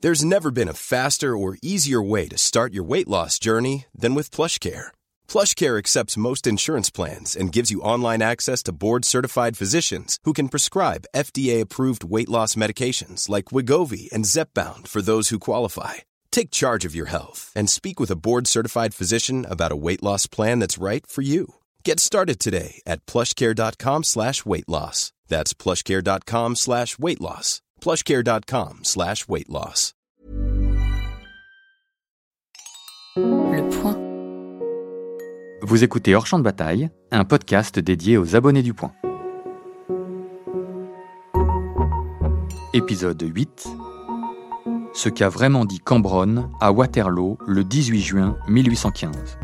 There's never been a faster or easier way to start your weight loss journey than with PlushCare. PlushCare accepts most insurance plans and gives you online access to board-certified physicians who can prescribe FDA-approved weight loss medications like Wegovy and Zepbound for those who qualify. Take charge of your health and speak with a board-certified physician about a weight loss plan that's right for you. Get started today at plushcare.com/weight loss. That's plushcare.com/weight loss. plushcare.com/weight loss. Le Point. Vous écoutez Hors Champ de Bataille, un podcast dédié aux abonnés du Point. Épisode 8. Ce qu'a vraiment dit Cambronne à Waterloo le 18 juin 1815.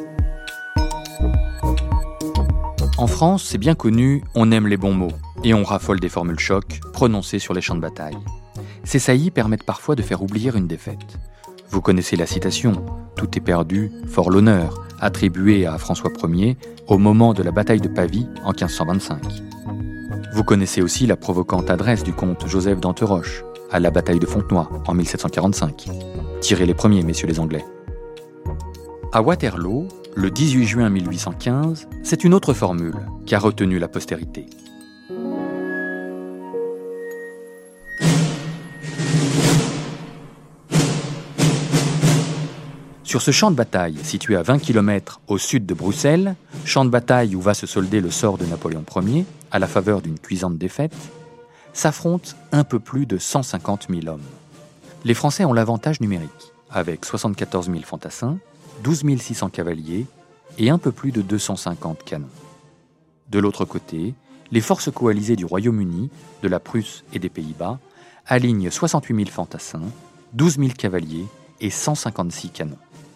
En France, c'est bien connu, on aime les bons mots et on raffole des formules choc prononcées sur les champs de bataille. Ces saillies permettent parfois de faire oublier une défaite. Vous connaissez la citation « Tout est perdu, fort l'honneur » attribuée à François Ier au moment de la bataille de Pavie en 1525. Vous connaissez aussi la provocante adresse du comte Joseph d'Anteroche à la bataille de Fontenoy en 1745. Tirez les premiers, messieurs les Anglais. À Waterloo, le 18 juin 1815, c'est une autre formule qui a retenu la postérité. Sur ce champ de bataille, situé à 20 km au sud de Bruxelles, champ de bataille où va se solder le sort de Napoléon Ier, à la faveur d'une cuisante défaite, s'affrontent un peu plus de 150 000 hommes. Les Français ont l'avantage numérique, avec 74 000 fantassins, 12 600 cavaliers et un peu plus de 250 canons. De l'autre côté, les forces coalisées du Royaume-Uni, de la Prusse et des Pays-Bas alignent 68 000 fantassins, 12 000 cavaliers et 156 canons.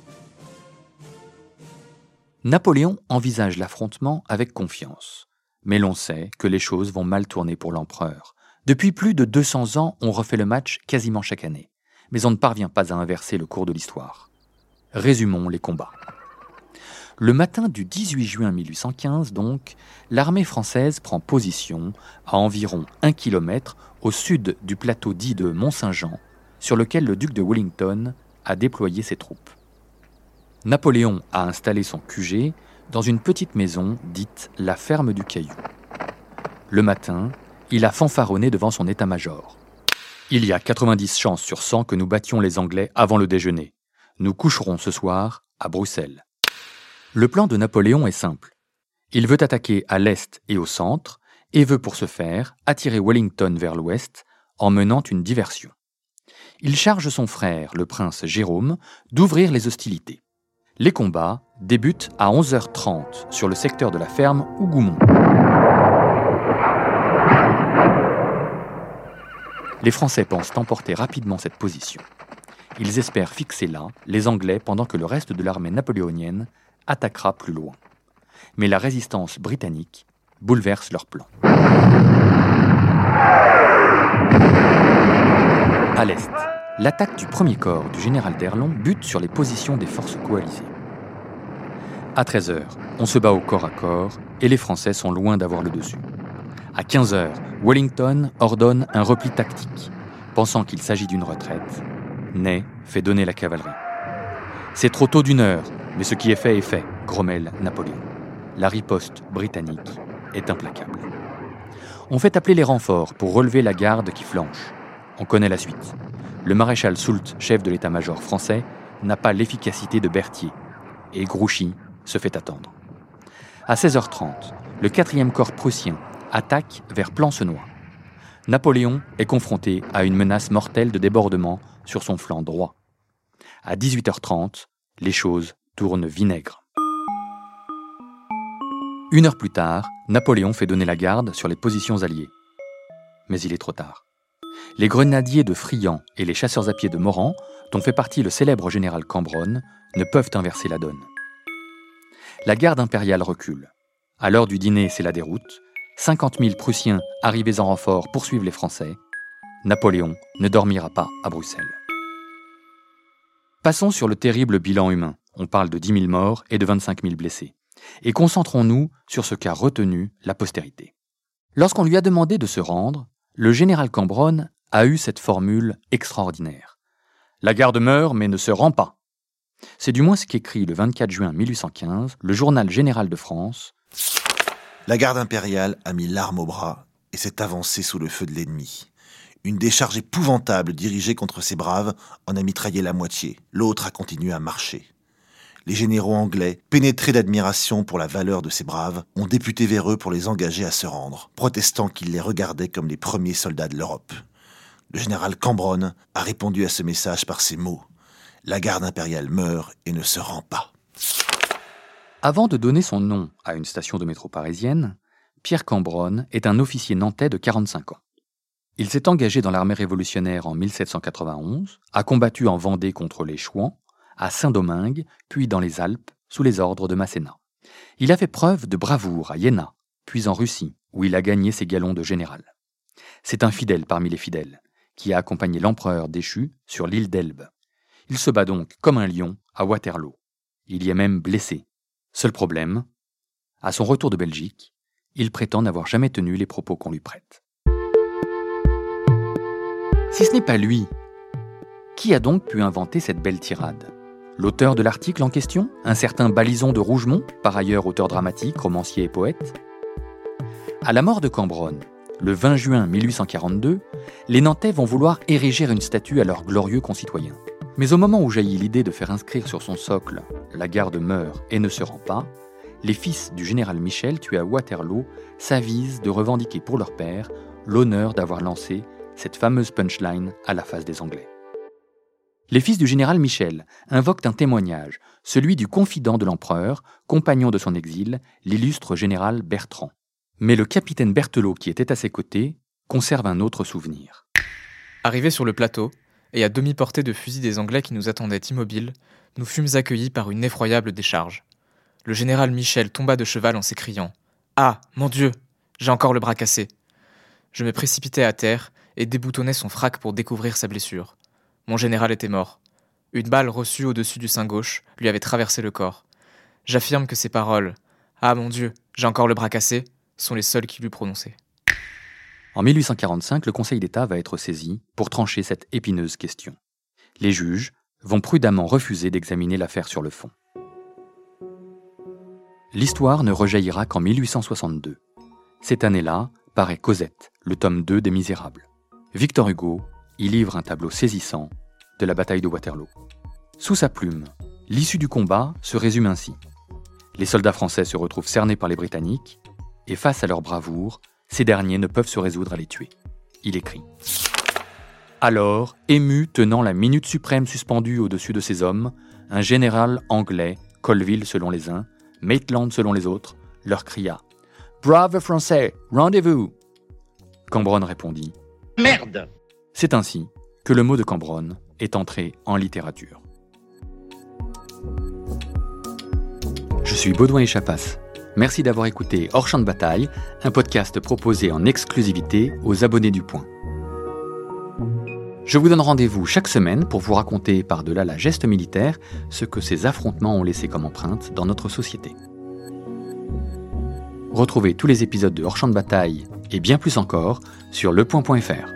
Napoléon envisage l'affrontement avec confiance, mais l'on sait que les choses vont mal tourner pour l'empereur. Depuis plus de 200 ans, on refait le match quasiment chaque année, mais on ne parvient pas à inverser le cours de l'histoire. Résumons les combats. Le matin du 18 juin 1815, donc, l'armée française prend position à environ 1 km au sud du plateau dit de Mont-Saint-Jean, sur lequel le duc de Wellington a déployé ses troupes. Napoléon a installé son QG dans une petite maison dite la ferme du Caillou. Le matin, il a fanfaronné devant son état-major. « Il y a 90 chances sur 100 que nous battions les Anglais avant le déjeuner. Nous coucherons ce soir à Bruxelles. » Le plan de Napoléon est simple. Il veut attaquer à l'est et au centre et veut pour ce faire attirer Wellington vers l'ouest en menant une diversion. Il charge son frère, le prince Jérôme, d'ouvrir les hostilités. Les combats débutent à 11h30 sur le secteur de la ferme Hougoumont. Les Français pensent emporter rapidement cette position. Ils espèrent fixer là les Anglais pendant que le reste de l'armée napoléonienne attaquera plus loin. Mais la résistance britannique bouleverse leurs plans. À l'est, l'attaque du premier corps du général d'Erlon bute sur les positions des forces coalisées. À 13h, on se bat au corps à corps et les Français sont loin d'avoir le dessus. À 15h, Wellington ordonne un repli tactique. Pensant qu'il s'agit d'une retraite, Ney fait donner la cavalerie. C'est trop tôt d'1 heure, mais ce qui est fait, grommelle Napoléon. La riposte britannique est implacable. On fait appeler les renforts pour relever la garde qui flanche. On connaît la suite. Le maréchal Soult, chef de l'état-major français, n'a pas l'efficacité de Berthier, et Grouchy se fait attendre. À 16h30, le 4e corps prussien attaque vers Plancenoit. Napoléon est confronté à une menace mortelle de débordement sur son flanc droit. À 18h30, les choses tournent vinaigre. 1 heure plus tard, Napoléon fait donner la garde sur les positions alliées. Mais il est trop tard. Les grenadiers de Friant et les chasseurs à pied de Morand, dont fait partie le célèbre général Cambronne, ne peuvent inverser la donne. La garde impériale recule. À l'heure du dîner, c'est la déroute. 50 000 Prussiens arrivés en renfort poursuivent les Français. Napoléon ne dormira pas à Bruxelles. Passons sur le terrible bilan humain. On parle de 10 000 morts et de 25 000 blessés. Et concentrons-nous sur ce qu'a retenu la postérité. Lorsqu'on lui a demandé de se rendre, le général Cambronne a eu cette formule extraordinaire. La garde meurt mais ne se rend pas. C'est du moins ce qu'écrit le 24 juin 1815 le Journal général de France. La garde impériale a mis l'arme au bras et s'est avancée sous le feu de l'ennemi. Une décharge épouvantable dirigée contre ces braves en a mitraillé la moitié. L'autre a continué à marcher. Les généraux anglais, pénétrés d'admiration pour la valeur de ces braves, ont député vers eux pour les engager à se rendre, protestant qu'ils les regardaient comme les premiers soldats de l'Europe. Le général Cambronne a répondu à ce message par ces mots : « La garde impériale meurt et ne se rend pas. » Avant de donner son nom à une station de métro parisienne, Pierre Cambronne est un officier nantais de 45 ans. Il s'est engagé dans l'armée révolutionnaire en 1791, a combattu en Vendée contre les Chouans, à Saint-Domingue, puis dans les Alpes, sous les ordres de Masséna. Il a fait preuve de bravoure à Iéna, puis en Russie, où il a gagné ses galons de général. C'est un fidèle parmi les fidèles, qui a accompagné l'empereur déchu sur l'île d'Elbe. Il se bat donc comme un lion à Waterloo. Il y est même blessé. Seul problème, à son retour de Belgique, il prétend n'avoir jamais tenu les propos qu'on lui prête. Si ce n'est pas lui, qui a donc pu inventer cette belle tirade ? L'auteur de l'article en question, un certain Balisson de Rougemont, par ailleurs auteur dramatique, romancier et poète. À la mort de Cambronne, le 20 juin 1842, les Nantais vont vouloir ériger une statue à leurs glorieux concitoyens. Mais au moment où jaillit l'idée de faire inscrire sur son socle « La garde meurt et ne se rend pas », les fils du général Michel, tué à Waterloo, s'avisent de revendiquer pour leur père l'honneur d'avoir lancé cette fameuse punchline à la face des Anglais. Les fils du général Michel invoquent un témoignage, celui du confident de l'empereur, compagnon de son exil, l'illustre général Bertrand. Mais le capitaine Berthelot, qui était à ses côtés, conserve un autre souvenir. Arrivés sur le plateau, et à demi-portée de fusils des Anglais qui nous attendaient immobiles, nous fûmes accueillis par une effroyable décharge. Le général Michel tomba de cheval en s'écriant « Ah, mon Dieu, j'ai encore le bras cassé !» Je me précipitai à terre et déboutonnai son frac pour découvrir sa blessure. Mon général était mort. Une balle reçue au-dessus du sein gauche lui avait traversé le corps. J'affirme que ces paroles « Ah mon Dieu, j'ai encore le bras cassé !» sont les seules qu'il eût prononcées. En 1845, le Conseil d'État va être saisi pour trancher cette épineuse question. Les juges vont prudemment refuser d'examiner l'affaire sur le fond. L'histoire ne rejaillira qu'en 1862. Cette année-là paraît Cosette, le tome 2 des Misérables. Victor Hugo y livre un tableau saisissant de la bataille de Waterloo. Sous sa plume, l'issue du combat se résume ainsi. Les soldats français se retrouvent cernés par les Britanniques et face à leur bravoure, ces derniers ne peuvent se résoudre à les tuer. Il écrit « Alors, ému tenant la minute suprême suspendue au-dessus de ses hommes, un général anglais, Colville selon les uns, Maitland selon les autres, leur cria « Braves Français, rendez-vous !» Cambronne répondit « Merde !» C'est ainsi que le mot de Cambronne est entré en littérature. Je suis Baudouin et Chapas. Merci d'avoir écouté Hors Champ de Bataille, un podcast proposé en exclusivité aux abonnés du Point. Je vous donne rendez-vous chaque semaine pour vous raconter par-delà la geste militaire ce que ces affrontements ont laissé comme empreinte dans notre société. Retrouvez tous les épisodes de Hors Champ de Bataille et bien plus encore sur lepoint.fr.